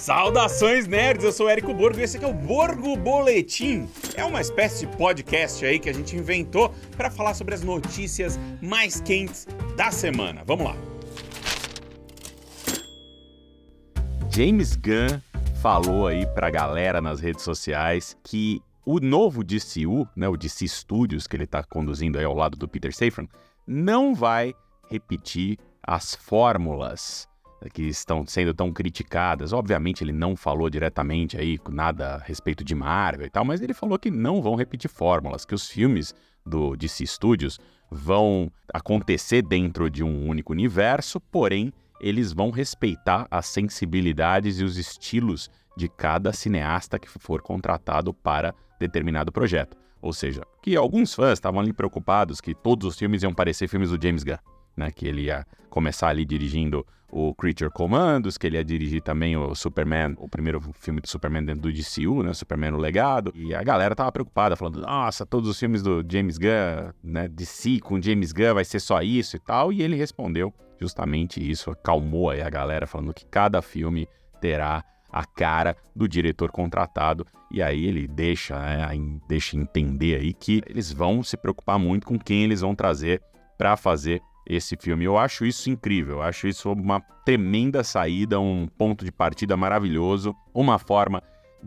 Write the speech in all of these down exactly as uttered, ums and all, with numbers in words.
Saudações nerds, eu sou o Érico Borgo e esse aqui é o Borgo Boletim. É uma espécie de podcast aí que a gente inventou para falar sobre as notícias mais quentes da semana. Vamos lá. James Gunn falou aí pra galera nas redes sociais que o novo D C U, né, o D C Studios que ele tá conduzindo aí ao lado do Peter Safran, não vai repetir as fórmulas que estão sendo tão criticadas. Obviamente ele não falou diretamente aí nada a respeito de Marvel e tal, mas ele falou que não vão repetir fórmulas, que os filmes do D C Studios vão acontecer dentro de um único universo, porém eles vão respeitar as sensibilidades e os estilos de cada cineasta que for contratado para determinado projeto. Ou seja, que alguns fãs estavam ali preocupados que todos os filmes iam parecer filmes do James Gunn, né? Que ele ia começar ali dirigindo o Creature Commandos, que ele ia dirigir também o Superman, o primeiro filme do Superman dentro do D C U, né? Superman o Legado. E a galera tava preocupada, falando, nossa, todos os filmes do James Gunn, né? D C com James Gunn vai ser só isso e tal. E ele respondeu justamente isso, acalmou aí a galera, falando que cada filme terá a cara do diretor contratado, e aí ele deixa, né, deixa entender aí que eles vão se preocupar muito com quem eles vão trazer para fazer esse filme. Eu acho isso incrível, eu acho isso uma tremenda saída, um ponto de partida maravilhoso, uma forma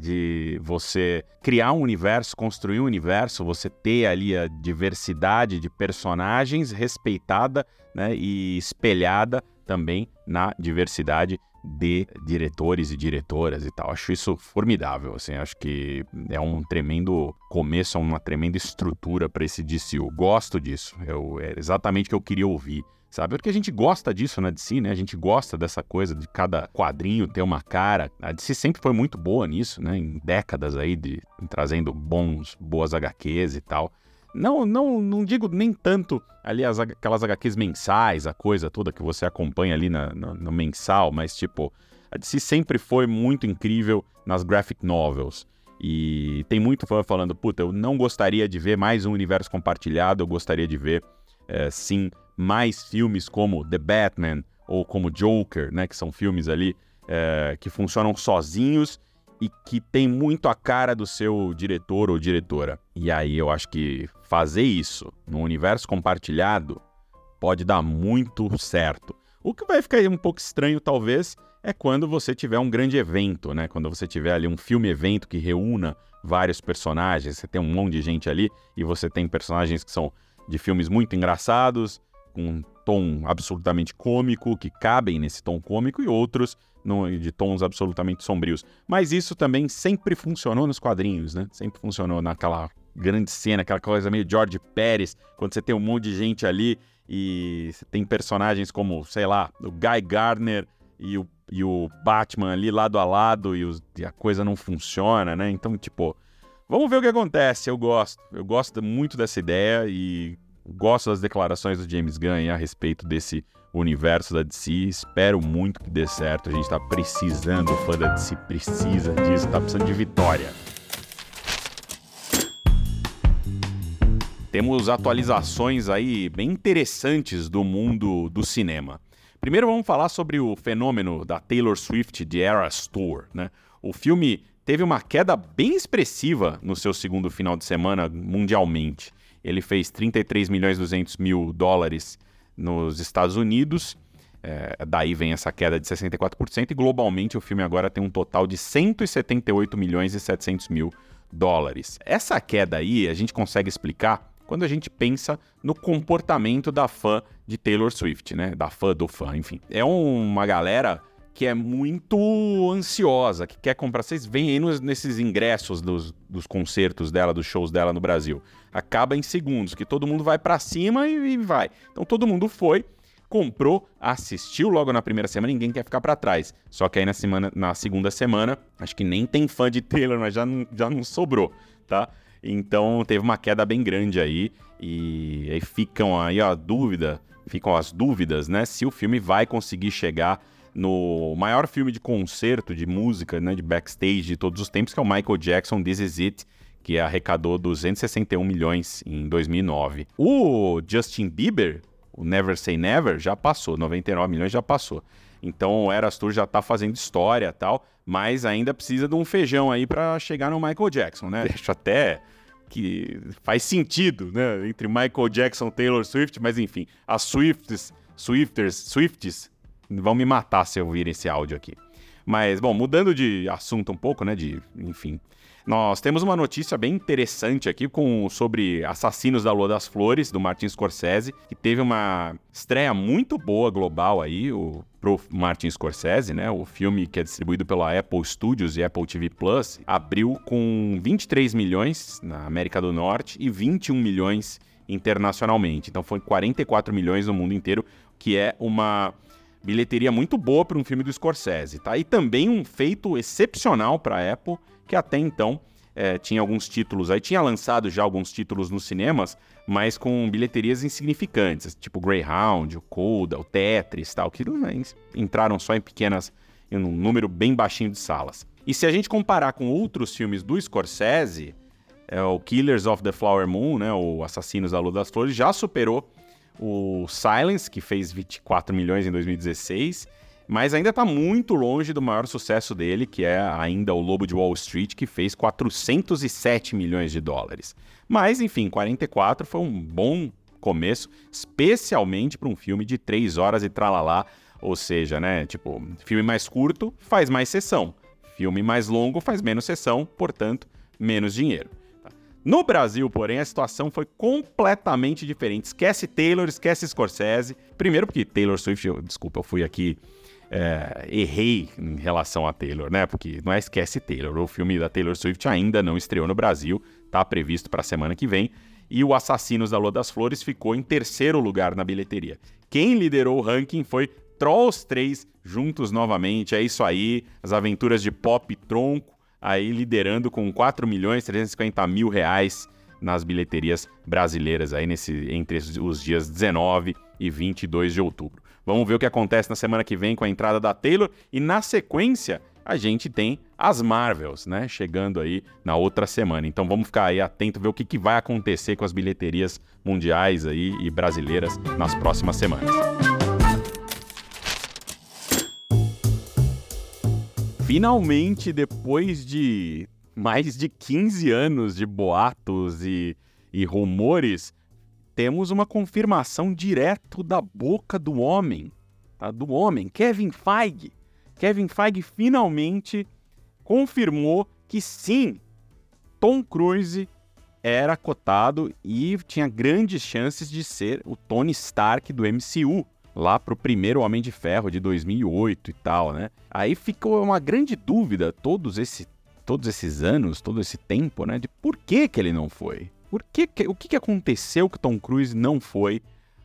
de você criar um universo, construir um universo, você ter ali a diversidade de personagens respeitada, né, e espelhada também na diversidade de diretores e diretoras e tal. Acho isso formidável, assim, acho que é um tremendo começo, uma tremenda estrutura para esse D C U. Gosto disso, eu, é exatamente o que eu queria ouvir, sabe? Porque a gente gosta disso na D C, né? A gente gosta dessa coisa de cada quadrinho ter uma cara. A D C sempre foi muito boa nisso, né? Em décadas aí, de, trazendo bons, boas H Qs e tal. Não, não, não digo nem tanto ali as, aquelas H Qs mensais, a coisa toda que você acompanha ali na, no, no mensal, mas tipo, a D C sempre foi muito incrível nas graphic novels. E tem muito fã falando, puta, eu não gostaria de ver mais um universo compartilhado, eu gostaria de ver, é, sim, mais filmes como The Batman ou como Joker, né, que são filmes ali é, que funcionam sozinhos e que tem muito a cara do seu diretor ou diretora. E aí eu acho que fazer isso no universo compartilhado pode dar muito certo. O que vai ficar um pouco estranho, talvez, é quando você tiver um grande evento, né? Quando você tiver ali um filme-evento que reúna vários personagens, você tem um monte de gente ali e você tem personagens que são de filmes muito engraçados, com um tom absolutamente cômico, que cabem nesse tom cômico, e outros no, de tons absolutamente sombrios. Mas isso também sempre funcionou nos quadrinhos, né? Sempre funcionou naquela grande cena, aquela coisa meio George Pérez, quando você tem um monte de gente ali e você tem personagens como, sei lá, o Guy Gardner e o, e o Batman ali lado a lado e, os, e a coisa não funciona, né? Então, tipo, vamos ver o que acontece. Eu gosto. Eu gosto muito dessa ideia e gosto das declarações do James Gunn a respeito desse universo da D C. Espero muito que dê certo. A gente tá precisando, o fã da D C precisa disso, tá precisando de vitória. Temos atualizações aí bem interessantes do mundo do cinema. Primeiro vamos falar sobre o fenômeno da Taylor Swift de Eras Tour, né? O filme teve uma queda bem expressiva no seu segundo final de semana mundialmente. Ele fez trinta e três milhões e duzentos mil dólares nos Estados Unidos, é, daí vem essa queda de sessenta e quatro por cento, e globalmente o filme agora tem um total de cento e setenta e oito milhões e setecentos mil dólares. Essa queda aí a gente consegue explicar quando a gente pensa no comportamento da fã de Taylor Swift, né? Da fã do fã, enfim. É uma galera que é muito ansiosa, que quer comprar. Vocês veem aí nos, nesses ingressos dos, dos concertos dela, dos shows dela no Brasil. Acaba em segundos, que todo mundo vai pra cima e, e vai. Então todo mundo foi, comprou, assistiu logo na primeira semana, ninguém quer ficar pra trás. Só que aí na, semana, na segunda semana, acho que nem tem fã de Taylor, mas já não, já não sobrou, tá? Então teve uma queda bem grande aí, e aí ficam aí a dúvida, ficam as dúvidas, né, se o filme vai conseguir chegar no maior filme de concerto, de música, né, de backstage de todos os tempos, que é o Michael Jackson, This Is It, que arrecadou duzentos e sessenta e um milhões em dois mil e nove. O Justin Bieber, o Never Say Never, já passou, noventa e nove milhões já passou. Então o Eras Tour já tá fazendo história e tal, mas ainda precisa de um feijão aí para chegar no Michael Jackson, né? Acho até que faz sentido, né? Entre Michael Jackson e Taylor Swift, mas enfim, as Swifts, Swifters, Swifties vão me matar se eu ouvir esse áudio aqui. Mas, bom, mudando de assunto um pouco, né, de, enfim, nós temos uma notícia bem interessante aqui com, sobre Assassinos da Lua das Flores, do Martin Scorsese, que teve uma estreia muito boa global aí, o, pro Martin Scorsese, né, o filme que é distribuído pela Apple Studios e Apple T V Plus, abriu com vinte e três milhões na América do Norte e vinte e um milhões internacionalmente, então foi quarenta e quatro milhões no mundo inteiro, que é uma bilheteria muito boa para um filme do Scorsese, tá? E também um feito excepcional para a Apple, que até então é, tinha alguns títulos, aí tinha lançado já alguns títulos nos cinemas, mas com bilheterias insignificantes, tipo Greyhound, o Coda, o Tetris, tal, que entraram só em pequenas, em um número bem baixinho de salas. E se a gente comparar com outros filmes do Scorsese, é, o Killers of the Flower Moon, né, o Assassinos da Lua das Flores, já superou o Silence, que fez vinte e quatro milhões em dois mil e dezesseis, mas ainda está muito longe do maior sucesso dele, que é ainda o Lobo de Wall Street, que fez quatrocentos e sete milhões de dólares. Mas, enfim, quarenta e quatro foi um bom começo, especialmente para um filme de três horas e tralalá, ou seja, né, tipo, filme mais curto faz mais sessão, filme mais longo faz menos sessão, portanto, menos dinheiro. No Brasil, porém, a situação foi completamente diferente. Esquece Taylor, esquece Scorsese. Primeiro porque Taylor Swift, eu, desculpa, eu fui aqui, é, errei em relação a Taylor, né? Porque não é Esquece Taylor, o filme da Taylor Swift ainda não estreou no Brasil, tá previsto para a semana que vem. E o Assassinos da Lua das Flores ficou em terceiro lugar na bilheteria. Quem liderou o ranking foi Trolls três, juntos novamente, é isso aí, as aventuras de Pop e Tronco, aí liderando com quatro milhões e trezentos e cinquenta mil reais nas bilheterias brasileiras aí nesse, entre os dias dezenove e vinte e dois de outubro. Vamos ver o que acontece na semana que vem com a entrada da Taylor e na sequência a gente tem as Marvels, né, chegando aí na outra semana. Então vamos ficar aí atento, ver o que, que vai acontecer com as bilheterias mundiais aí e brasileiras nas próximas semanas. Finalmente, depois de mais de quinze anos de boatos e, e rumores, temos uma confirmação direto da boca do homem, tá? Do homem, Kevin Feige. Kevin Feige finalmente confirmou que sim, Tom Cruise era cotado e tinha grandes chances de ser o Tony Stark do M C U. Lá pro primeiro Homem de Ferro de dois mil e oito e tal, né? Aí ficou uma grande dúvida todos, esse, todos esses anos, todo esse tempo, né? De por que que ele não foi? Por que que, o que, que aconteceu que Tom Cruise não foi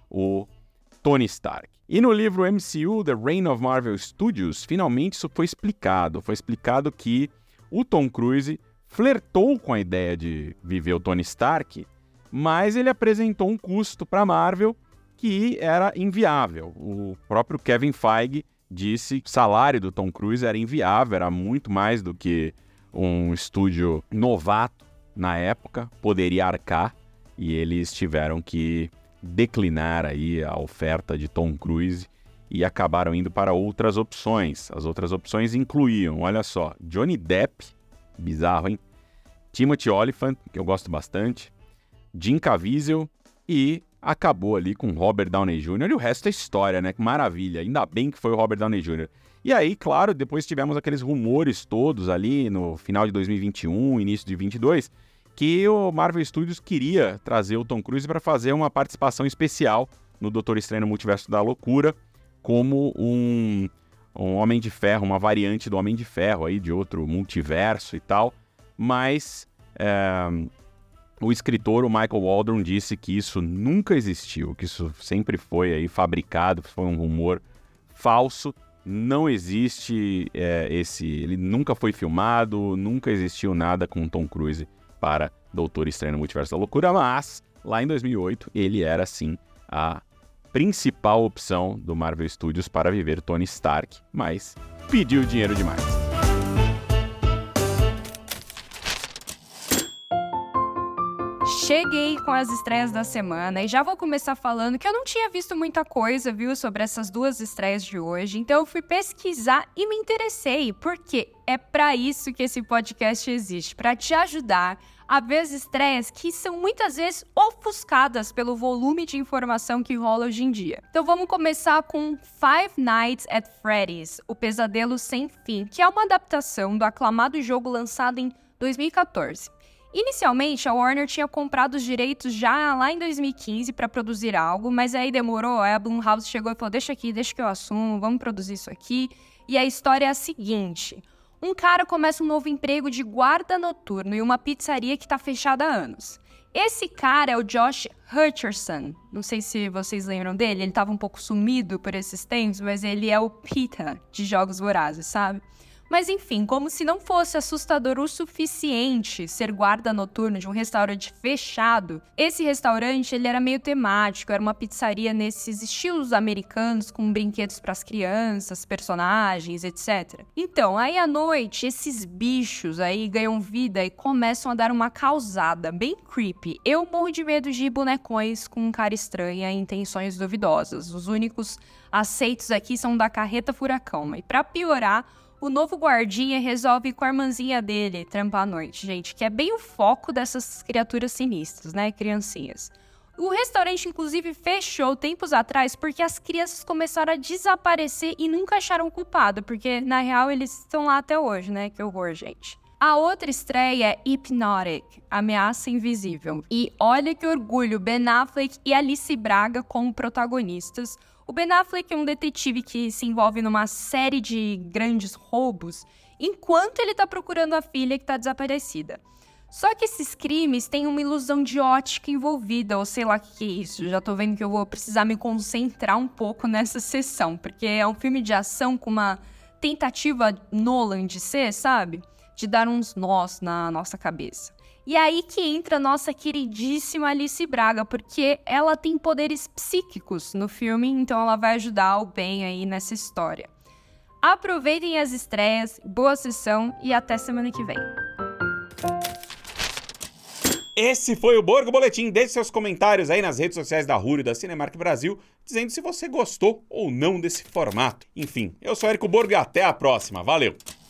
o Tony Stark? E no livro M C U, The Reign of Marvel Studios, finalmente isso foi explicado. Foi explicado que o Tom Cruise flertou com a ideia de viver o Tony Stark, mas ele apresentou um custo para a Marvel que era inviável. O próprio Kevin Feige disse que o salário do Tom Cruise era inviável, era muito mais do que um estúdio novato na época poderia arcar, e eles tiveram que declinar aí a oferta de Tom Cruise e acabaram indo para outras opções. As outras opções incluíam, olha só, Johnny Depp, bizarro, hein? Timothy Olyphant, que eu gosto bastante, Jim Caviezel e acabou ali com Robert Downey Júnior e o resto é história, né? Que maravilha, ainda bem que foi o Robert Downey Júnior E aí, claro, depois tivemos aqueles rumores todos ali no final de dois mil e vinte e um, início de vinte e dois, que o Marvel Studios queria trazer o Tom Cruise para fazer uma participação especial no Doutor Estranho no Multiverso da Loucura, como um, um Homem de Ferro, uma variante do Homem de Ferro aí, de outro multiverso e tal, mas é, o escritor, o Michael Waldron, disse que isso nunca existiu, que isso sempre foi aí fabricado, foi um rumor falso, não existe é, esse... Ele nunca foi filmado, nunca existiu nada com Tom Cruise para Doutor Estranho no Multiverso da Loucura, mas lá em dois mil e oito ele era sim a principal opção do Marvel Studios para viver Tony Stark, mas pediu dinheiro demais. cheguei com as estreias da semana e já vou começar falando que eu não tinha visto muita coisa, viu, sobre essas duas estreias de hoje, então eu fui pesquisar e me interessei, porque é pra isso que esse podcast existe, pra te ajudar a ver as estreias que são muitas vezes ofuscadas pelo volume de informação que rola hoje em dia. Então vamos começar com Five Nights at Freddy's, O Pesadelo Sem Fim, que é uma adaptação do aclamado jogo lançado em dois mil e quatorze. Inicialmente, a Warner tinha comprado os direitos já lá em dois mil e quinze para produzir algo, mas aí demorou, aí a Blumhouse chegou e falou, deixa aqui, deixa que eu assumo, vamos produzir isso aqui. E a história é a seguinte: um cara começa um novo emprego de guarda noturno em uma pizzaria que tá fechada há anos. Esse cara é o Josh Hutcherson, não sei se vocês lembram dele, ele tava um pouco sumido por esses tempos, mas ele é o Pita de Jogos Vorazes, sabe? Mas enfim, como se não fosse assustador o suficiente ser guarda noturno de um restaurante fechado, esse restaurante ele era meio temático, era uma pizzaria nesses estilos americanos com brinquedos para as crianças, personagens, etcétera. Então, aí à noite, esses bichos aí ganham vida e começam a dar uma causada bem creepy. Eu morro de medo de bonecões com cara estranha e intenções duvidosas. Os únicos aceitos aqui são da Carreta Furacão. E para piorar, o novo guardinha resolve ir com a irmãzinha dele trampar à noite, gente, que é bem o foco dessas criaturas sinistras, né, criancinhas. O restaurante, inclusive, fechou tempos atrás porque as crianças começaram a desaparecer e nunca acharam culpado, porque, na real, eles estão lá até hoje, né, que horror, gente. A outra estreia é Hypnotic, Ameaça Invisível. E olha que orgulho, Ben Affleck e Alice Braga como protagonistas. O Ben Affleck é um detetive que se envolve numa série de grandes roubos, enquanto ele tá procurando a filha que tá desaparecida. Só que esses crimes têm uma ilusão de ótica envolvida, ou sei lá o que é isso. Já tô vendo que eu vou precisar me concentrar um pouco nessa sessão, porque é um filme de ação com uma tentativa Nolan de ser, sabe? De dar uns nós na nossa cabeça. E aí que entra a nossa queridíssima Alice Braga, porque ela tem poderes psíquicos no filme, então ela vai ajudar o Ben aí nessa história. Aproveitem as estreias, boa sessão e até semana que vem. Esse foi o Borgo Boletim. Deixe seus comentários aí nas redes sociais da Hulu e da Cinemark Brasil, dizendo se você gostou ou não desse formato. Enfim, eu sou Érico Borgo e até a próxima. Valeu!